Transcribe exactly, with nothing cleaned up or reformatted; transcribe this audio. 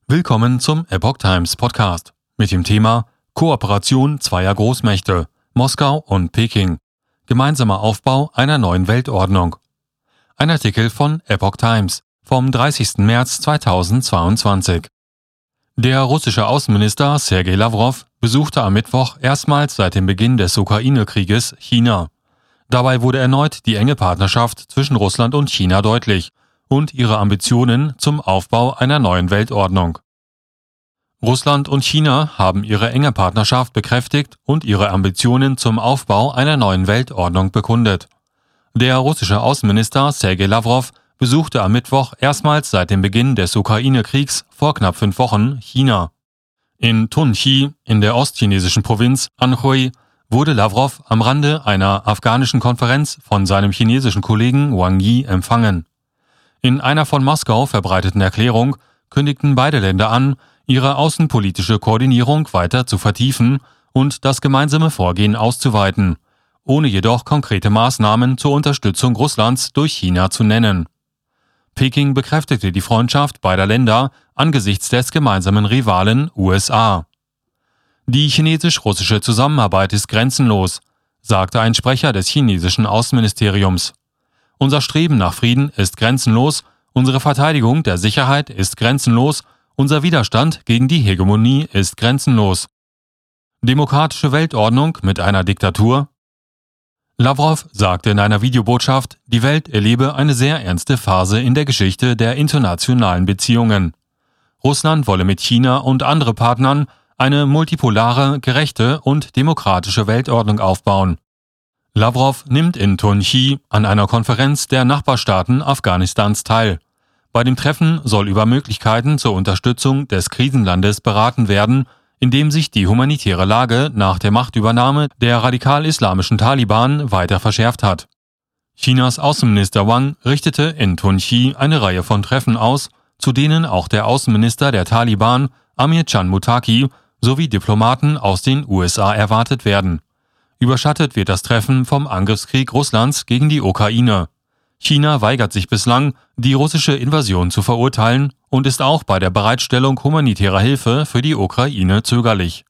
Willkommen zum Epoch Times Podcast mit dem Thema Kooperation zweier Großmächte, Moskau und Peking. Gemeinsamer Aufbau einer neuen Weltordnung. Ein Artikel von Epoch Times vom dreißigsten März zweitausendzweiundzwanzig. Der russische Außenminister Sergei Lavrov besuchte am Mittwoch erstmals seit dem Beginn des Ukraine-Krieges China. Dabei wurde erneut die enge Partnerschaft zwischen Russland und China deutlich und ihre Ambitionen zum Aufbau einer neuen Weltordnung. Russland und China haben ihre enge Partnerschaft bekräftigt und ihre Ambitionen zum Aufbau einer neuen Weltordnung bekundet. Der russische Außenminister Sergei Lavrov besuchte am Mittwoch erstmals seit dem Beginn des Ukraine-Kriegs vor knapp fünf Wochen China. In Tunxi, in der ostchinesischen Provinz Anhui, wurde Lavrov am Rande einer afghanischen Konferenz von seinem chinesischen Kollegen Wang Yi empfangen. In einer von Moskau verbreiteten Erklärung kündigten beide Länder an, ihre außenpolitische Koordinierung weiter zu vertiefen und das gemeinsame Vorgehen auszuweiten, ohne jedoch konkrete Maßnahmen zur Unterstützung Russlands durch China zu nennen. Peking bekräftigte die Freundschaft beider Länder angesichts des gemeinsamen Rivalen U S A. Die chinesisch-russische Zusammenarbeit ist grenzenlos, sagte ein Sprecher des chinesischen Außenministeriums. Unser Streben nach Frieden ist grenzenlos, unsere Verteidigung der Sicherheit ist grenzenlos, unser Widerstand gegen die Hegemonie ist grenzenlos. Demokratische Weltordnung mit einer Diktatur? Lavrov sagte in einer Videobotschaft, die Welt erlebe eine sehr ernste Phase in der Geschichte der internationalen Beziehungen. Russland wolle mit China und anderen Partnern eine multipolare, gerechte und demokratische Weltordnung aufbauen. Lavrov nimmt in Tunxi an einer Konferenz der Nachbarstaaten Afghanistans teil. Bei dem Treffen soll über Möglichkeiten zur Unterstützung des Krisenlandes beraten werden, in dem sich die humanitäre Lage nach der Machtübernahme der radikal-islamischen Taliban weiter verschärft hat. Chinas Außenminister Wang richtete in Tunxi eine Reihe von Treffen aus, zu denen auch der Außenminister der Taliban, Amir Khan Muttaqi, sowie Diplomaten aus den U S A erwartet werden. Überschattet wird das Treffen vom Angriffskrieg Russlands gegen die Ukraine. China weigert sich bislang, die russische Invasion zu verurteilen und ist auch bei der Bereitstellung humanitärer Hilfe für die Ukraine zögerlich.